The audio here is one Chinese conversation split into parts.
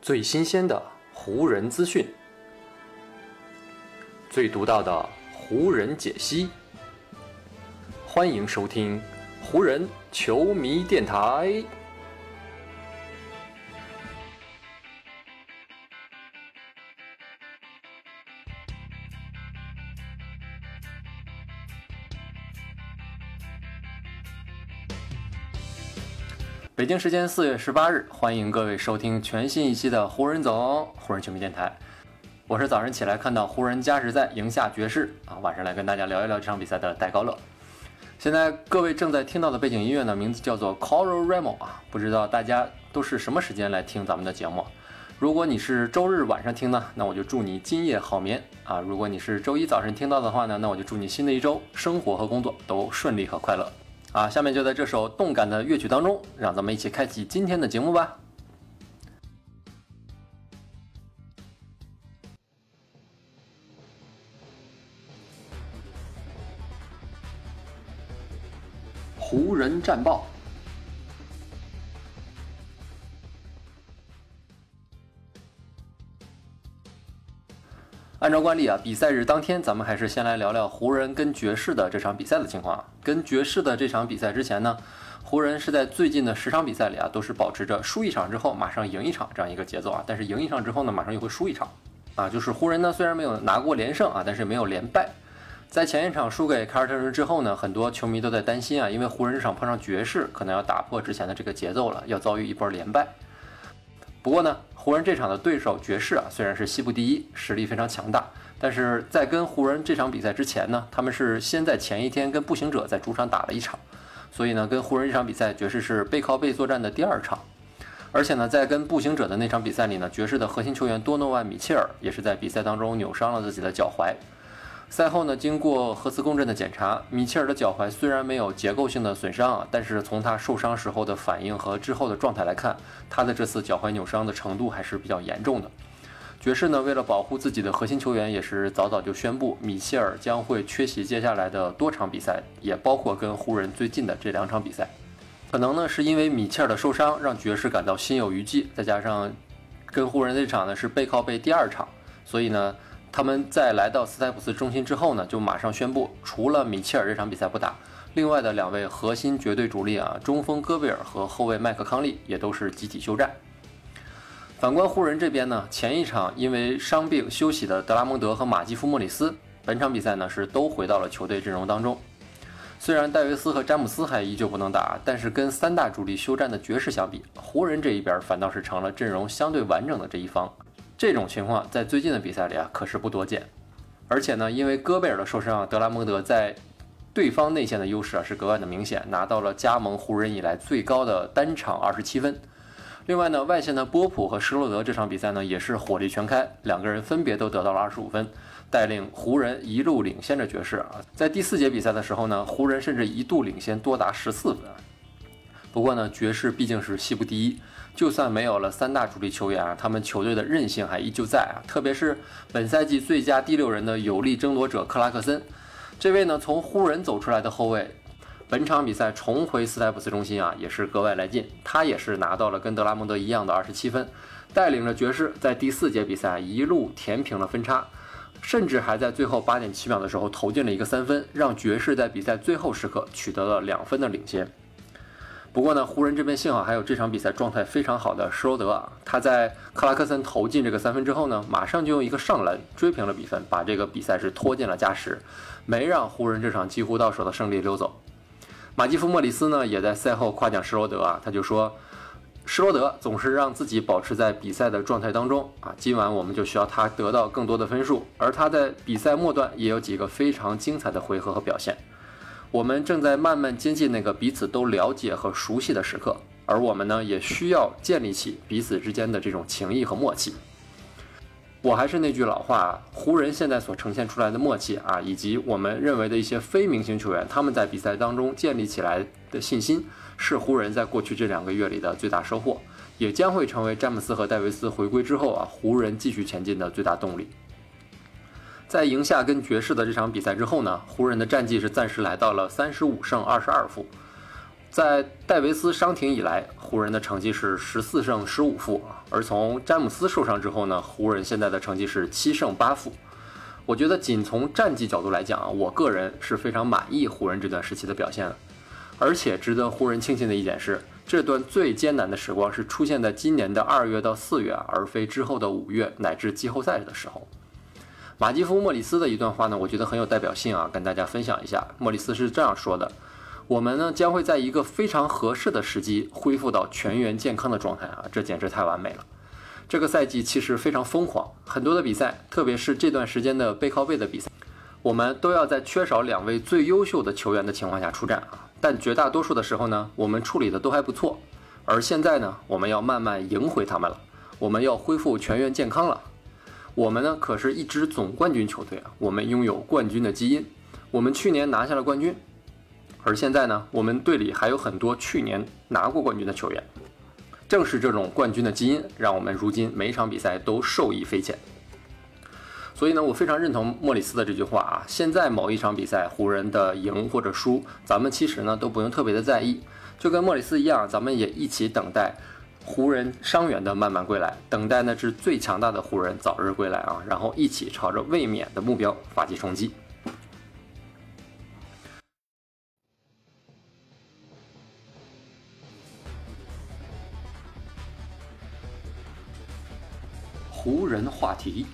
最新鲜的湖人资讯，最独到的湖人解析。欢迎收听湖人球迷电台。北京时间4月18日，欢迎各位收听全新一期的湖人总湖人球迷电台。我是早晨起来看到湖人加时赛赢下爵士晚上来跟大家聊一聊这场比赛的戴高乐。现在各位正在听到的背景音乐呢，名字叫做 Coro Remo 不知道大家都是什么时间来听咱们的节目。如果你是周日晚上听呢，那我就祝你今夜好眠如果你是周一早晨听到的话呢，那我就祝你新的一周生活和工作都顺利和快乐下面就在这首动感的乐曲当中，让咱们一起开启今天的节目吧。湖人战报。按照惯例比赛日当天咱们还是先来聊聊湖人跟爵士的这场比赛的情况跟爵士的这场比赛之前呢，湖人是在最近的10场比赛里都是保持着输一场之后马上赢一场这样一个节奏但是赢一场之后呢，马上又会输一场就是湖人呢虽然没有拿过连胜但是没有连败。在前一场输给凯尔特人之后呢，很多球迷都在担心因为湖人这场碰上爵士可能要打破之前的这个节奏了，要遭遇一波连败。不过呢，湖人这场的对手爵士虽然是西部第一，实力非常强大，但是在跟湖人这场比赛之前呢，他们是先在前一天跟步行者在主场打了一场，所以呢，跟湖人这场比赛爵士是背靠背作战的第二场。而且呢，在跟步行者的那场比赛里呢，爵士的核心球员多诺万·米切尔也是在比赛当中扭伤了自己的脚踝。赛后呢，经过核磁共振的检查，米切尔的脚踝虽然没有结构性的损伤但是从他受伤时候的反应和之后的状态来看，他的这次脚踝扭伤的程度还是比较严重的。爵士呢，为了保护自己的核心球员，也是早早就宣布米切尔将会缺席接下来的多场比赛，也包括跟湖人最近的这2场比赛。可能呢是因为米切尔的受伤让爵士感到心有余悸，再加上跟湖人这场呢是背靠背第2场，所以呢他们在来到斯台普斯中心之后呢，就马上宣布，除了米切尔这场比赛不打，另外的2位核心绝对主力中锋戈贝尔和后卫麦克康利也都是集体休战。反观湖人这边呢，前一场因为伤病休息的德拉蒙德和马基夫莫里斯，本场比赛呢是都回到了球队阵容当中。虽然戴维斯和詹姆斯还依旧不能打，但是跟3大主力休战的爵士相比，湖人这一边反倒是成了阵容相对完整的这一方。这种情况在最近的比赛里可是不多见。而且呢，因为戈贝尔的受伤德拉蒙德在对方内线的优势是格外的明显，拿到了加盟湖人以来最高的单场27分。另外呢，外线的波普和施罗德这场比赛呢也是火力全开，2个人分别都得到了25分，带领湖人一路领先着爵士在第4节比赛的时候呢，湖人甚至一度领先多达14分。不过呢，爵士毕竟是西部第一，就算没有了3大主力球员他们球队的韧性还依旧在特别是本赛季最佳第6人的有力争夺者克拉克森，这位呢从湖人走出来的后卫，本场比赛重回斯台普斯中心也是格外来劲，他也是拿到了跟德拉蒙德一样的27分，带领着爵士在第4节比赛一路填平了分差，甚至还在最后8.7秒的时候投进了一个3分，让爵士在比赛最后时刻取得了2分的领先。不过呢，湖人这边幸好还有这场比赛状态非常好的施罗德他在克拉克森投进这个3分之后呢，马上就用一个上篮追平了比分，把这个比赛是拖进了加时，没让湖人这场几乎到手的胜利溜走。马基夫莫里斯呢也在赛后夸奖施罗德他就说，施罗德总是让自己保持在比赛的状态当中今晚我们就需要他得到更多的分数，而他在比赛末段也有几个非常精彩的回合和表现。我们正在慢慢接近那个彼此都了解和熟悉的时刻，而我们呢也需要建立起彼此之间的这种情谊和默契。我还是那句老话湖人现在所呈现出来的默契以及我们认为的一些非明星球员他们在比赛当中建立起来的信心，是湖人在过去这2个月里的最大收获，也将会成为詹姆斯和戴维斯回归之后湖人继续前进的最大动力。在赢下跟爵士的这场比赛之后呢，湖人的战绩是暂时来到了35胜22负。 在戴维斯伤停以来，湖人的成绩是14胜15负，而从詹姆斯受伤之后呢，湖人现在的成绩是7胜8负。我觉得仅从战绩角度来讲，我个人是非常满意湖人这段时期的表现的。而且值得湖人庆幸的一点是，这段最艰难的时光是出现在今年的2月到4月，而非之后的5月乃至季后赛的时候。马基夫·莫里斯的一段话呢，我觉得很有代表性啊，跟大家分享一下。莫里斯是这样说的：我们呢将会在一个非常合适的时机恢复到全员健康的状态啊，这简直太完美了。这个赛季其实非常疯狂，很多的比赛，特别是这段时间的背靠背的比赛，我们都要在缺少2位最优秀的球员的情况下出战啊。但绝大多数的时候呢，我们处理的都还不错。而现在呢，我们要慢慢赢回他们了，我们要恢复全员健康了。我们呢可是一支总冠军球队啊，我们拥有冠军的基因，我们去年拿下了冠军。而现在呢，我们队里还有很多去年拿过冠军的球员。正是这种冠军的基因，让我们如今每一场比赛都受益匪浅。所以呢，我非常认同莫里斯的这句话啊，现在某一场比赛湖人的赢或者输，咱们其实呢都不用特别的在意，就跟莫里斯一样，咱们也一起等待湖人伤员的慢慢归来，等待那支最强大的湖人早日归来啊，然后一起朝着卫冕的目标发起冲击。湖人话题。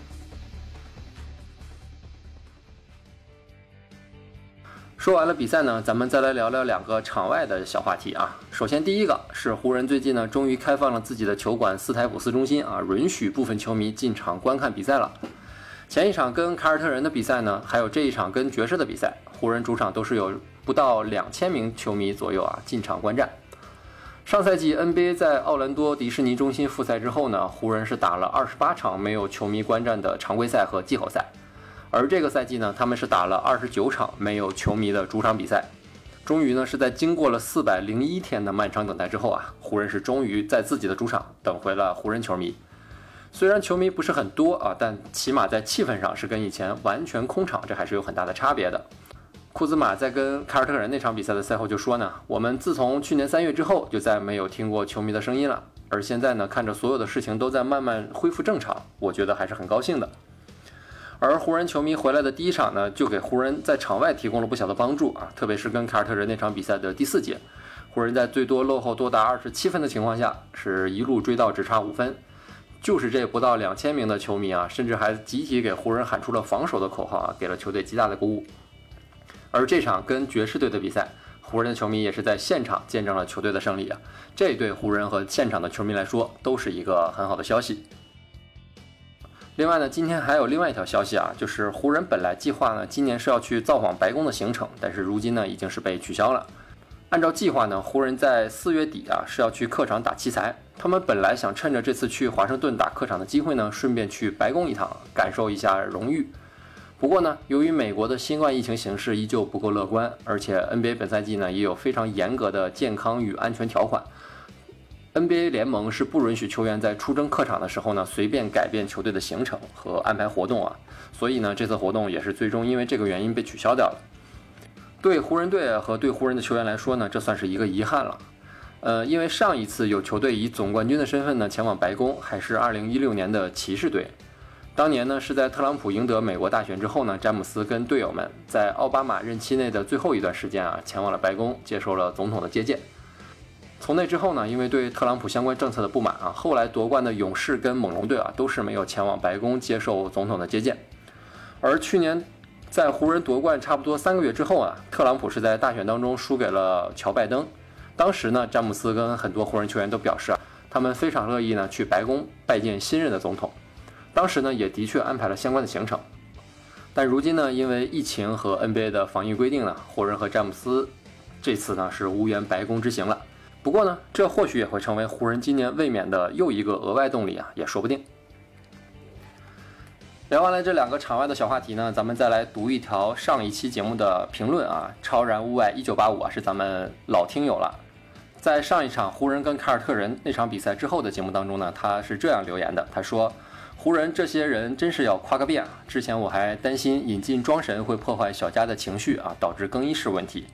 说完了比赛呢，咱们再来聊聊2个场外的小话题啊。首先第一个是湖人最近呢终于开放了自己的球馆斯台普斯中心啊，允许部分球迷进场观看比赛了。前一场跟凯尔特人的比赛呢，还有这一场跟爵士的比赛，湖人主场都是有不到2000名球迷左右啊进场观战。上赛季 NBA 在奥兰多迪士尼中心复赛之后呢，湖人是打了28场没有球迷观战的常规赛和季后赛，而这个赛季呢，他们是打了29场没有球迷的主场比赛。终于呢，是在经过了401天的漫长等待之后啊，湖人是终于在自己的主场等回了湖人球迷。虽然球迷不是很多啊，但起码在气氛上是跟以前完全空场，这还是有很大的差别的。库兹马在跟凯尔特人那场比赛的赛后就说呢，我们自从去年3月之后就再没有听过球迷的声音了，而现在呢，看着所有的事情都在慢慢恢复正常，我觉得还是很高兴的。而湖人球迷回来的第一场呢，就给湖人在场外提供了不小的帮助啊，特别是跟凯尔特人那场比赛的第4节，湖人在最多落后多达27分的情况下，是一路追到只差5分。就是这不到2000名的球迷啊，甚至还集体给湖人喊出了防守的口号啊，给了球队极大的鼓舞。而这场跟爵士队的比赛，湖人的球迷也是在现场见证了球队的胜利啊，这对湖人和现场的球迷来说都是一个很好的消息。另外呢，今天还有另外一条消息啊，就是湖人本来计划呢今年是要去造访白宫的行程，但是如今呢已经是被取消了。按照计划呢，湖人在4月底啊是要去客场打奇才，他们本来想趁着这次去华盛顿打客场的机会呢，顺便去白宫一趟，感受一下荣誉。不过呢，由于美国的新冠疫情形势依旧不够乐观，而且 NBA 本赛季呢也有非常严格的健康与安全条款， NBA 联盟是不允许球员在出征客场的时候呢随便改变球队的行程和安排活动啊，所以呢这次活动也是最终因为这个原因被取消掉了。对湖人队和对湖人的球员来说呢，这算是一个遗憾了。因为上一次有球队以总冠军的身份呢前往白宫，还是2016年的骑士队。当年呢是在特朗普赢得美国大选之后呢，詹姆斯跟队友们在奥巴马任期内的最后一段时间啊，前往了白宫，接受了总统的接见。从那之后呢，因为对特朗普相关政策的不满啊，后来夺冠的勇士跟猛龙队啊都是没有前往白宫接受总统的接见。而去年在湖人夺冠差不多3个月之后啊，特朗普是在大选当中输给了乔拜登。当时呢，詹姆斯跟很多湖人球员都表示啊，他们非常乐意呢去白宫拜见新任的总统。当时呢也的确安排了相关的行程，但如今呢因为疫情和 NBA 的防疫规定呢，湖人和詹姆斯这次呢是无缘白宫之行了。不过呢，这或许也会成为湖人今年卫冕的又一个额外动力啊，也说不定。聊完了这2个场外的小话题呢，咱们再来读一条上一期节目的评论啊，超然物外1985啊是咱们老听友了。在上一场湖人跟凯尔特人那场比赛之后的节目当中呢，他是这样留言的，他说，湖人这些人真是要夸个遍啊！之前我还担心引进庄神会破坏小加的情绪啊，导致更衣室问题。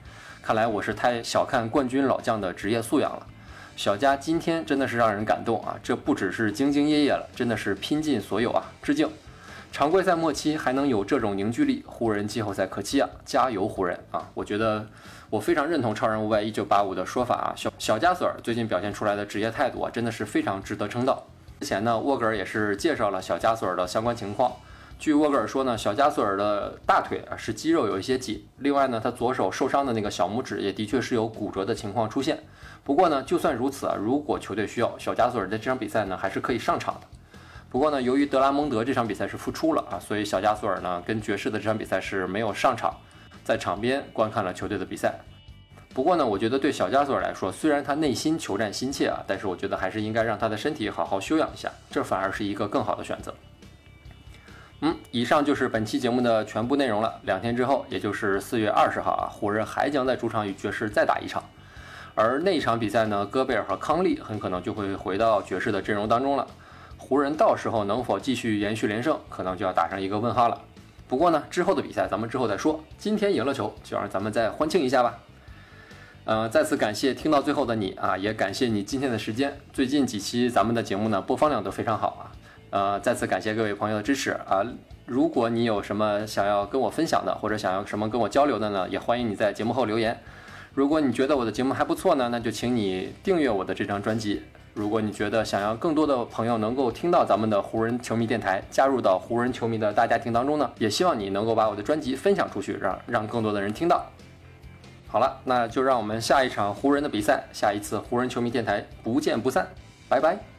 看来我是太小看冠军老将的职业素养了。小加今天真的是让人感动啊！这不只是兢兢业业了，真的是拼尽所有啊！致敬！常规赛末期还能有这种凝聚力，湖人季后赛可期啊！加油湖人啊！我觉得我非常认同超人500 1985的说法啊，小加索尔最近表现出来的职业态度啊，真的是非常值得称道。之前呢，沃格尔也是介绍了小加索尔的相关情况。据沃格尔说呢，小加索尔的大腿啊是肌肉有一些紧，另外呢，他左手受伤的那个小拇指也的确是有骨折的情况出现。不过呢，就算如此啊，如果球队需要，小加索尔在这场比赛呢还是可以上场的。不过呢，由于德拉蒙德这场比赛是复出了啊，所以小加索尔呢跟爵士的这场比赛是没有上场，在场边观看了球队的比赛。不过呢，我觉得对小加索尔来说，虽然他内心求战心切啊，但是我觉得还是应该让他的身体好好休养一下，这反而是一个更好的选择。以上就是本期节目的全部内容了。2天之后，也就是4月20号啊，湖人还将在主场与爵士再打一场。而那场比赛呢，戈贝尔和康利很可能就会回到爵士的阵容当中了。湖人到时候能否继续延续连胜，可能就要打上一个问号了。不过呢，之后的比赛咱们之后再说。今天赢了球，就让咱们再欢庆一下吧。再次感谢听到最后的你啊，也感谢你今天的时间。最近几期咱们的节目呢，播放量都非常好啊。再次感谢各位朋友的支持啊！如果你有什么想要跟我分享的，或者想要什么跟我交流的呢，也欢迎你在节目后留言。如果你觉得我的节目还不错呢，那就请你订阅我的这张专辑。如果你觉得想要更多的朋友能够听到咱们的湖人球迷电台，加入到湖人球迷的大家庭当中呢，也希望你能够把我的专辑分享出去，让更多的人听到。好了，那就让我们下一场湖人的比赛，下一次湖人球迷电台不见不散，拜拜。